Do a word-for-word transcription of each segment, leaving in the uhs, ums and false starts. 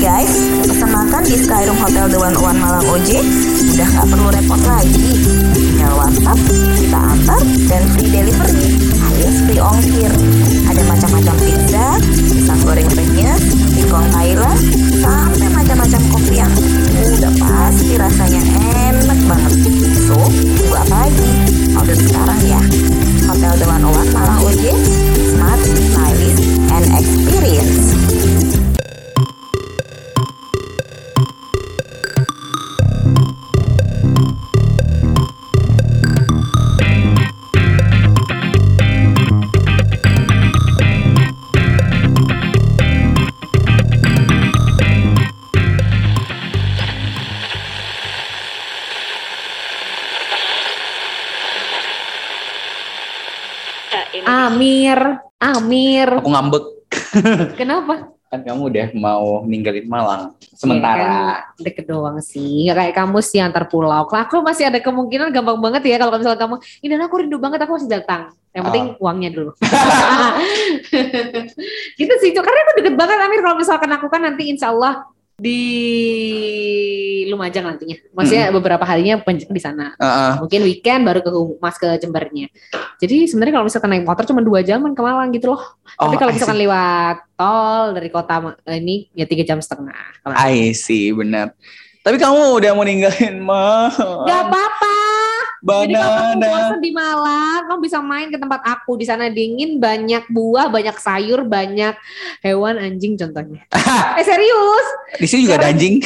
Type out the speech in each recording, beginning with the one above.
guys, pesan makan di Skyroom Hotel The one oh one Malang O J udah nggak perlu repot lagi. Tinggal WhatsApp, kita antar, dan free delivery alias free ongkir. Ada macam-macam pizza, pisang goreng renyes, singkong Thailand, sampai macam-macam kopi yang udah pasti rasanya enak banget. So, tunggu apa lagi? Order sekarang ya. Hotel The one oh one Malang O J, smart, stylish, and experience. Amir, Amir. Aku ngambek. Kenapa? Kan kamu udah mau ninggalin Malang sementara. Ya, kan deket doang sih, nggak kayak kamu sih antar pulau. Kalau aku masih ada kemungkinan gampang banget ya kalau misalnya kamu, ini aku rindu banget, aku masih datang. Yang penting oh. uangnya dulu. Gitu sih, karena aku deket banget Amir. Kalau misalkan aku kan nanti insya Allah di Lumajang nantinya. Maksudnya hmm. beberapa harinya di sana. Uh-uh. Mungkin weekend baru ke Mas ke Jembernya. Jadi sebenarnya kalau misalkan naik motor cuma dua jaman ke Malang gitu loh. Oh, tapi kalau misalkan lewat tol dari kota ini ya tiga jam setengah. I see, benar. Tapi kamu udah mau ninggalin Malang. Gak apa-apa. Banana. Jadi kalau kamu bosan di Malang, kamu bisa main ke tempat aku. Di sana dingin, banyak buah, banyak sayur, banyak hewan, anjing contohnya. eh serius? Di sini juga ada anjing.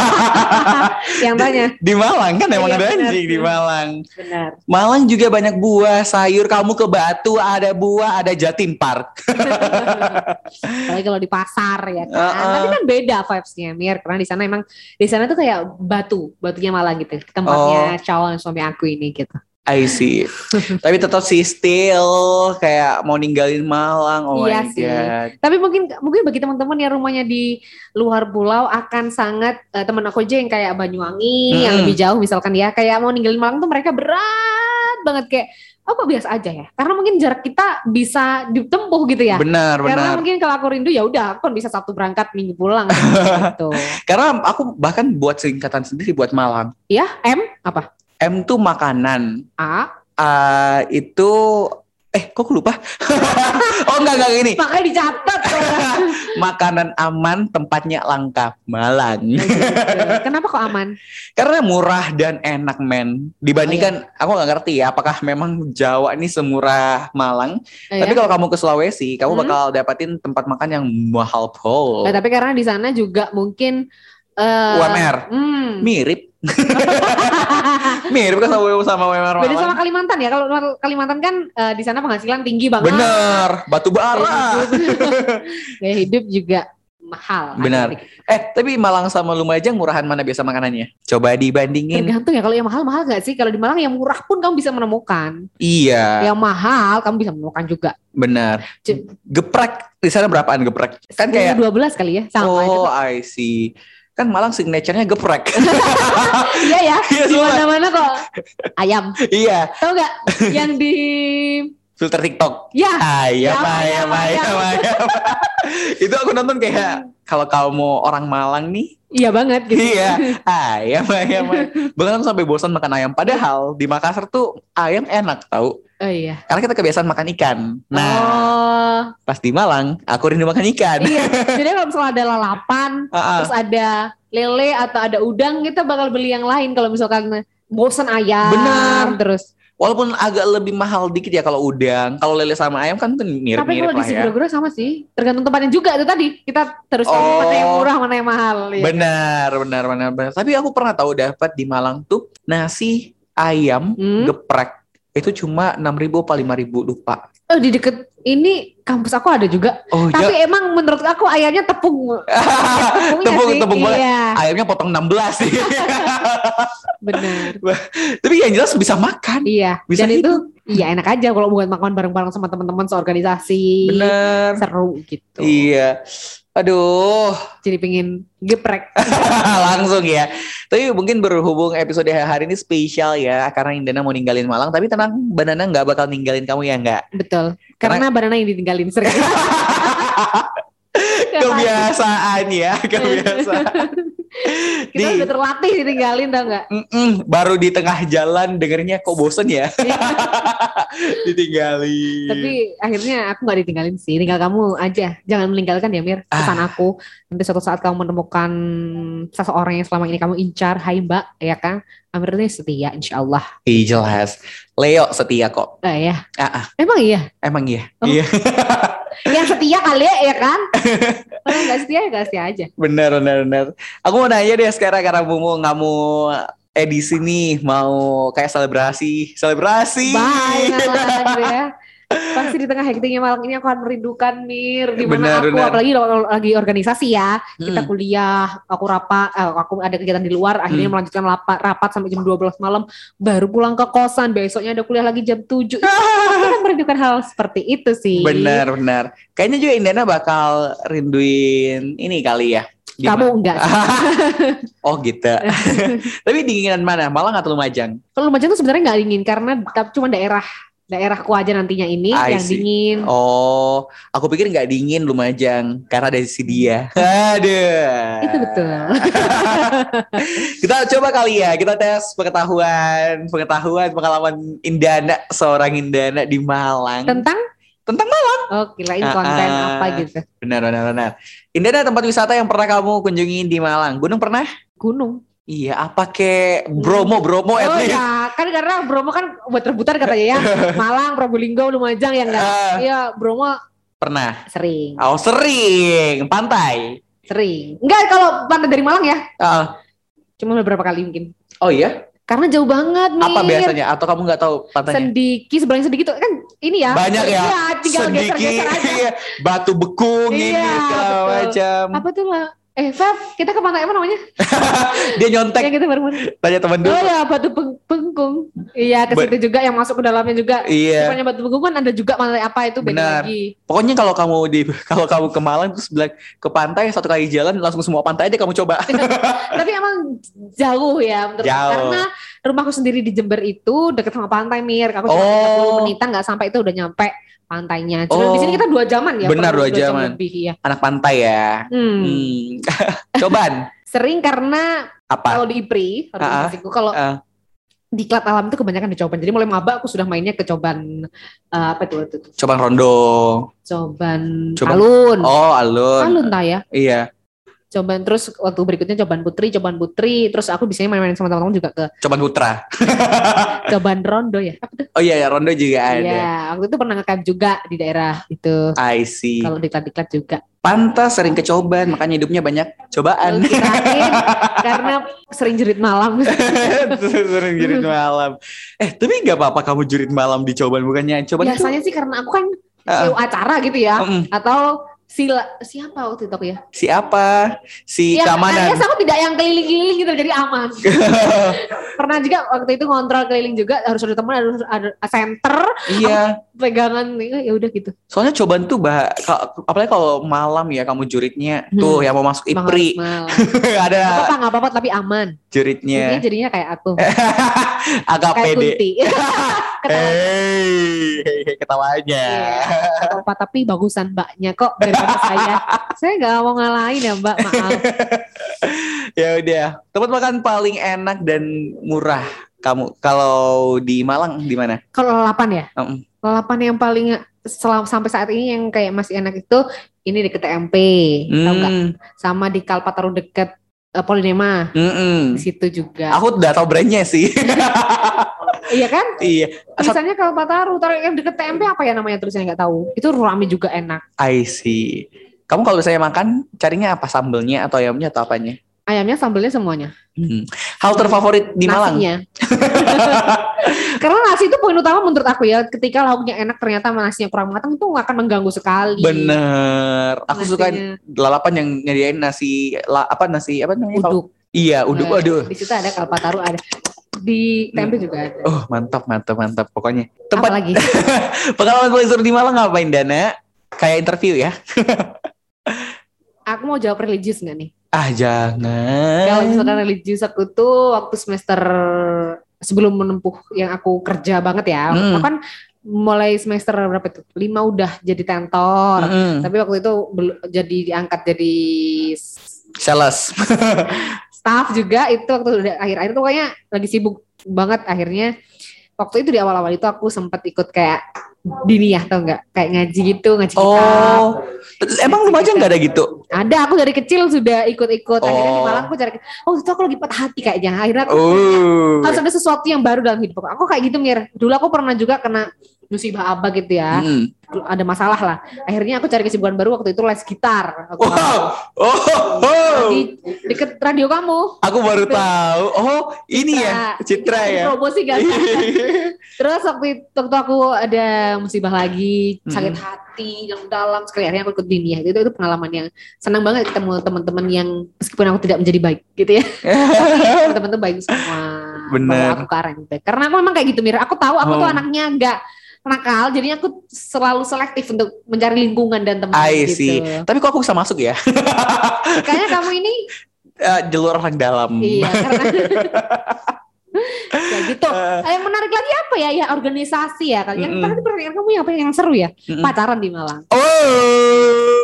Yang tanya. Di Malang kan emang iya, ada benar, anjing di Malang. Benar. Malang juga banyak buah, sayur. Kamu ke Batu ada buah, ada Jatim Park. Apalagi kalau di pasar ya kan. Uh-uh. Tapi kan beda vibes-nya, Mir. Karena di sana emang di sana tuh kayak batu, batunya Malang gitu. Tempatnya oh. calon suami aku ini gitu. I see. Tapi tetap sih still kayak mau ninggalin Malang. Oh iya my sih. God. Tapi mungkin mungkin bagi teman-teman yang rumahnya di luar pulau akan sangat uh, teman aku aja yang kayak Banyuwangi hmm. yang lebih jauh misalkan ya, kayak mau ninggalin Malang tuh mereka berat banget kayak oh kok biasa aja ya. Karena mungkin jarak kita bisa ditempuh gitu ya. Benar, benar. Karena mungkin kalau aku rindu ya udah aku kan bisa Sabtu berangkat Minggu pulang gitu. Karena aku bahkan buat singkatan sendiri buat Malang. Iya, M apa? M tuh makanan. A. Uh, itu eh kok lupa? Oh enggak enggak gini. Makanya dicatat. Makanan aman, tempatnya lengkap, Malang. Kenapa kok aman? Karena murah dan enak men. Dibandingkan oh, iya. aku nggak ngerti ya apakah memang Jawa ini semurah Malang. Oh, tapi iya? Kalau kamu ke Sulawesi, kamu hmm? bakal dapatin tempat makan yang mahal pol. Nah, tapi karena di sana juga mungkin uh, U M R hmm. mirip. Mirip kan sama sama U M R. Beda sama Kalimantan ya. Kalau Kalimantan kan uh, di sana penghasilan tinggi banget. Bener, batu bara. Gaya hidup juga mahal. Benar. Eh, tapi Malang sama Lumajang murahan mana biasa makanannya? Coba dibandingin. Tergantung ya, kalau yang mahal mahal gak sih? Kalau di Malang yang murah pun kamu bisa menemukan. Iya. Yang mahal kamu bisa menemukan juga. Benar. Geprek di sana berapaan geprek? Kan kayak dua belas kali ya, sama Oh, juga. I see. Kan Malang signature-nya geprek. Iya ya, di mana-mana kok ayam. Iya. Tahu nggak yang di filter TikTok? Ya. Ayam, ayam, ayam, ayam. Itu aku nonton kayak kalau kamu orang Malang nih. Iya banget gitu. Iya. Ayam, ayam, ayam. Bahkan sampai bosan makan ayam. Padahal di Makassar tuh ayam enak tahu. Oh iya. Karena kita kebiasaan makan ikan. Nah, oh. pas di Malang, aku rindu makan ikan. Iya. Jadi kalau misalnya ada lalapan, uh-uh. terus ada lele atau ada udang, kita bakal beli yang lain. Kalau misalkan bosan ayam. Benar. Terus. Walaupun agak lebih mahal dikit ya kalau udang. Kalau lele sama ayam kan mirip-mirip lah ya. Tapi kalau di Sigura-gura sama sih. Tergantung tempatnya juga itu tadi. Kita terus tahu oh. mana yang murah, mana yang mahal. Ya. Benar, benar, benar, benar. Tapi aku pernah tahu dapat di Malang tuh nasi ayam hmm? geprek. Itu cuma enam ribu apa lima ribu lupa. Oh, di deket ini kampus aku ada juga. Oh, tapi ya. Emang menurut aku ayamnya tepung. tepung, sih. tepung banget. Iya. Ayamnya potong enam belas sih. Benar. Tapi yang jelas bisa makan. Iya. Bisa dan hidup. itu iya enak aja kalau buat makan bareng-bareng sama teman-teman seorganisasi. Bener. Seru gitu. Iya. Aduh, jadi pengen geprek. Langsung ya. Tapi mungkin berhubung episode hari ini spesial ya, karena Indana mau ninggalin Malang. Tapi tenang, Banana nggak bakal ninggalin kamu ya nggak? Betul. Karena, karena Banana yang ditinggalin sering. Kebiasaan ya, kebiasaan. Kita Di- udah terlatih ditinggalin tau gak? Mm-mm, baru di tengah jalan dengernya kok bosen ya. Ditinggalin. Tapi akhirnya aku gak ditinggalin sih. Tinggal kamu aja. Jangan meninggalkan ya Mir. Pesan aku. Nanti suatu saat kamu menemukan seseorang yang selama ini kamu incar. Hai mbak. Ya kan. Amir ini setia insya Allah. Ih, jelas. Leo setia kok. Eh ya. Ah, ah, Emang iya? emang iya. Oh. Iya. Yang setia kali ya, ya kan? Kalau gak setia ya gak setia aja. Benar, benar, benar. Aku mau nanya deh sekarang karena Mumu nggak mau edisi nih, mau kayak selebrasi, selebrasi. Bye Nala gitu ya. Pasti di tengah hektiknya malam ini aku akan merindukan Mir. Dimana Benar, aku benar. apalagi kalau lagi organisasi ya. Kita Hmm. kuliah, aku rapat, eh, aku ada kegiatan di luar. Akhirnya Hmm. melanjutkan rapat, rapat sampai jam dua belas malam. Baru pulang ke kosan, besoknya ada kuliah lagi jam tujuh. Aku kan merindukan hal seperti itu sih. Benar, benar. Kayaknya juga Indana bakal rinduin ini kali ya. Di Kamu ma- enggak sih. Oh gitu. Tapi dinginan mana? Malang atau Lumajang? Kalau Lumajang tuh sebenarnya nggak dingin karena tapi cuma daerah daerahku aja nantinya ini I yang see. dingin. Oh, aku pikir nggak dingin Lumajang karena dari si dia. Aduh. Itu betul. Kita coba kali ya, kita tes pengetahuan, pengetahuan, pengalaman Indana, seorang Indana di Malang. Tentang Tentang Malang. oh kirain Ah, konten ah. apa gitu. Benar, benar, benar. Indana, tempat wisata yang pernah kamu kunjungi di Malang? Gunung pernah? Gunung. Iya, apa kek Bromo, Bromo at Oh least. ya, kan karena Bromo kan buat rebutan katanya ya. Malang, Probolinggo, Lumajang ya enggak. Ah. Iya, Bromo Pernah. sering, Oh, sering. Pantai. sering. Enggak kalau pantai dari Malang ya, Ah. cuma beberapa kali mungkin. Oh iya? Karena jauh banget nih. Apa biasanya? Atau kamu nggak tahu pantainya? Sendiki, seberang Sendiki tuh kan ini ya. Banyak ya. Iya, tinggal Sedikit, geser-geser aja. iya. Batu bekung ini Iya, segala betul. macam. Apa tuh lah? Eh, Feb, kita ke pantai apa namanya? Dia nyontek. Yang kita baru Tanya teman dulu. Oh ya, Batu Peng- Pengkung. Iya, ke Ba- situ juga yang masuk ke dalamnya juga. Iya. Bukannya Batu Pengkung kan ada juga pantai apa itu beda Benar. lagi. Pokoknya kalau kamu di kalau kamu ke Malang terus bilang ke pantai satu kali jalan langsung semua pantai aja kamu coba. Tapi emang jauh ya menurut Jauh. karena rumahku sendiri di Jember itu deket sama pantai Mir. Aku cuma Oh. tiga puluh menitan nggak sampai itu udah nyampe pantainya. Cuma Oh. di sini kita dua jaman ya. Benar, perlu dua jam jaman. lebih ya. Anak pantai ya. Hmm. Hmm. Cobaan Sering karena apa? kalau di I P R I, Ah, organisasiku kalau ah. di Klat Alam itu kebanyakan di Coban. Jadi mulai maba aku sudah mainnya ke Coban eh, apa itu itu. Cobaan rondo. Coban Coban- Alun. Oh, alun. Alun tak ya? Iya. Coban terus waktu berikutnya Coban Putri, Coban Putri, terus aku biasanya main-main sama teman-teman juga ke Cobaan putra. Coban Rondo ya. Apa tuh? Oh iya ya, rondo juga ada. Iya, waktu itu pernah nge-camp juga di daerah itu. I see. Kalau diklat-diklat juga. Pantas sering kecoban, makanya hidupnya banyak cobaan. Kirain karena sering jerit malam. Sering jurit malam. Eh, tapi nggak apa-apa kamu jurit malam di coban, bukannya coban itu? Biasanya sih karena aku kan Ah. C E O acara gitu ya, Mm-mm. atau sila siapa waktu itu aku ya? Siapa? Si Ya, keamanan. alias aku tidak yang keliling-keliling gitu jadi aman. Pernah juga waktu itu ngontrol keliling juga harus ada teman, harus ada center, Iya. pegangan ya udah gitu. Soalnya coban tuh bah, ka- apalagi kalau malam ya kamu juritnya Hmm. tuh yang mau masuk I P R I Malam. ada Gak apa-apa, gak apa-apa tapi aman. juritnya. Jadinya jadinya kayak aku, Agak kayak pede. Kunti. Ketawa. Hey, ketawanya. Iya, gak apa-apa tapi bagusan mbaknya kok daripada saya. Saya gak mau ngalahin ya mbak, maaf. Ya udah, tempat makan paling enak dan murah kamu kalau di Malang di mana? Kalau lalapan ya, Mm. lalapan yang paling selam, sampai saat ini yang kayak masih enak itu ini deket T M P, tahu nggak? Hmm. Sama di Kalpataru deket uh, Polinema, Mm-mm. di situ juga. Aku udah tahu brandnya sih. Iya kan? Iya. Asal Tulisannya Kalpataru, taruh yang deket T M P apa ya namanya tulisannya nggak tahu. Itu rame juga enak. I see. Kamu kalau misalnya makan carinya apa, sambelnya atau ayamnya atau apanya? Ayamnya, sambelnya semuanya. Hmm. Hal terfavorit di Malang? Nasinya. Karena nasi itu poin utama menurut aku ya. Ketika lauknya enak ternyata nasinya kurang matang itu akan mengganggu sekali. Bener. Aku suka Nasinya lalapan yang nyediain nasi la, apa nasi apa namanya? kalau- uduk. Iya, uduk. Nah, Aduh. Di situ ada Kalpataru, ada di T M P juga ada. Oh, mantap, mantap, mantap. Pokoknya. Apa Tempat lagi? pengalaman paling seru di Malang ngapain, Dana? Kayak interview ya? Aku mau jawab religius nggak nih? Ah, jangan. Kalau misalkan religius aku tuh waktu semester sebelum menempuh yang aku kerja banget ya, Hmm. aku kan mulai semester berapa itu? Lima udah jadi tentor. Mm-mm. Tapi waktu itu bel- jadi diangkat jadi Sales. staff juga. Itu waktu udah akhir-akhir tuh kayaknya lagi sibuk banget akhirnya. Waktu itu di awal-awal itu aku sempat ikut kayak diniyah tau nggak? Kayak ngaji gitu, ngaji kitab. Oh, emang lu aja nggak ada gitu? Ada, aku dari kecil sudah ikut-ikut. Akhirnya di Oh. Malang aku cari, oh itu aku lagi patah hati kayaknya. Akhirnya aku Oh. harus ada sesuatu yang baru dalam hidup aku. Aku kayak gitu Mir. Dulu aku pernah juga kena musibah abah gitu ya. Mm. Ada masalah lah. Akhirnya aku cari kesibukan baru waktu itu les gitar. Aku Wow. Oh, oh. di deket radio kamu. Aku baru tahu. Oh, ini ya, Citra ya. Promosi kan. Terus waktu itu, waktu aku ada musibah lagi, sakit Mm. hati yang dalam sekali, akhirnya aku ikut diniyah. Itu itu pengalaman yang senang banget ketemu teman-teman yang meskipun aku tidak menjadi baik gitu ya. Tapi teman-teman tuh baik semua. Bener. Bawa aku ke arah itu. Karena aku memang kayak gitu Mir. Aku tahu aku tuh Oh. anaknya enggak nakal, jadinya aku selalu selektif untuk mencari lingkungan dan teman I gitu. see. Tapi kok aku bisa masuk ya? Kayaknya kamu ini Eh, jalur orang dalam. iya karena ya gitu. Eh, Yang menarik lagi apa ya? Ya organisasi ya. Kalian Mm-mm. tadi pernikahan kamu yang apa yang seru ya? Mm-mm. Pacaran di Malang. Oh.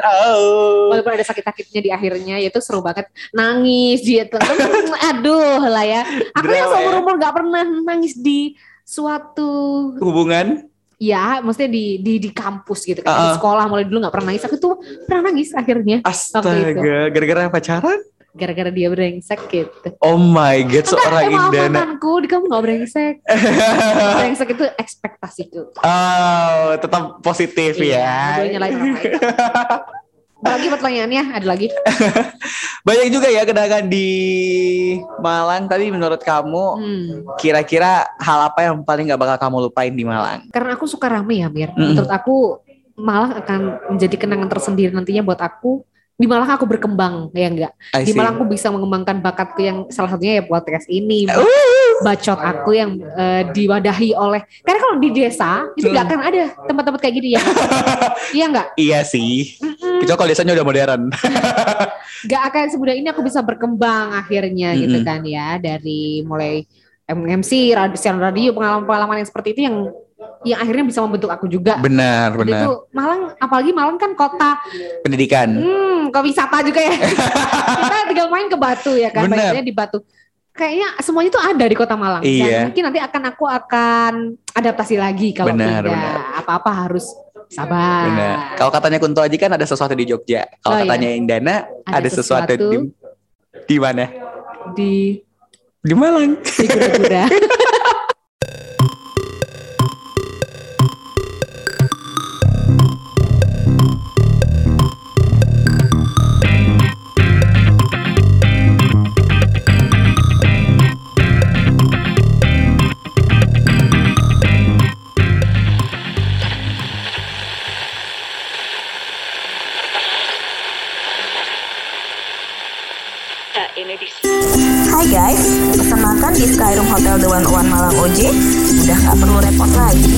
Oh. Walaupun ada sakit-sakitnya di akhirnya, ya itu seru banget. Nangis dia tuh, aduh lah ya. Aku yang Drama seumur ya. umur nggak pernah nangis di suatu, Hubungan? ya maksudnya di di di kampus gitu kan, di Uh-uh. sekolah mulai dulu nggak pernah nangis. Aku tuh pernah nangis akhirnya Astaga, gara-gara pacaran? gara-gara dia brengsek gitu. Oh my god, seorang Emang Indana. mantanku, di kamu nggak brengsek. Brengsek itu ekspektasiku. Oh, tetap positif ya. Gue nyalain orang lain. Ada lagi pertanyaannya? Ada lagi? Banyak juga ya kenangan di Malang. Tapi menurut kamu, Hmm. kira-kira hal apa yang paling gak bakal kamu lupain di Malang? Karena aku suka rame ya Mir. Mm-mm. Menurut aku Malang akan menjadi kenangan tersendiri nantinya buat aku. Di Malang aku berkembang ya enggak. I Di see. Malang aku bisa mengembangkan bakatku yang salah satunya ya podcast ini. Uh. Bacot aku yang eh, diwadahi oleh, karena kalau di desa itu nggak akan ada tempat-tempat kayak gini ya. Iya nggak? Iya sih. Mm-mm. Kecuali kalau desanya udah modern. Gak akan semudah ini aku bisa berkembang akhirnya Mm-mm. gitu kan ya, dari mulai M C, radio, siaran radio, pengalaman-pengalaman yang seperti itu yang yang akhirnya bisa membentuk aku juga. Benar, Dan benar. itu Malang, apalagi Malang kan kota, Pendidikan. hmm, kota wisata juga ya. Kita tinggal main ke Batu ya kan, Benar. banyaknya di Batu. Kayaknya semuanya tuh ada di kota Malang. Iya. Dan mungkin nanti akan aku akan adaptasi lagi kalau Benar, tidak benar. apa-apa harus sabar. Benar. Kalau katanya Kunto Aji kan ada sesuatu di Jogja. Kalau Oh, iya. katanya Indana ada, Ada sesuatu, sesuatu di di mana? Di Di Malang. di Gura-Gura. Hai guys, pesan makan di Skyroom Hotel The One oh One Malang O J udah nggak perlu repot lagi.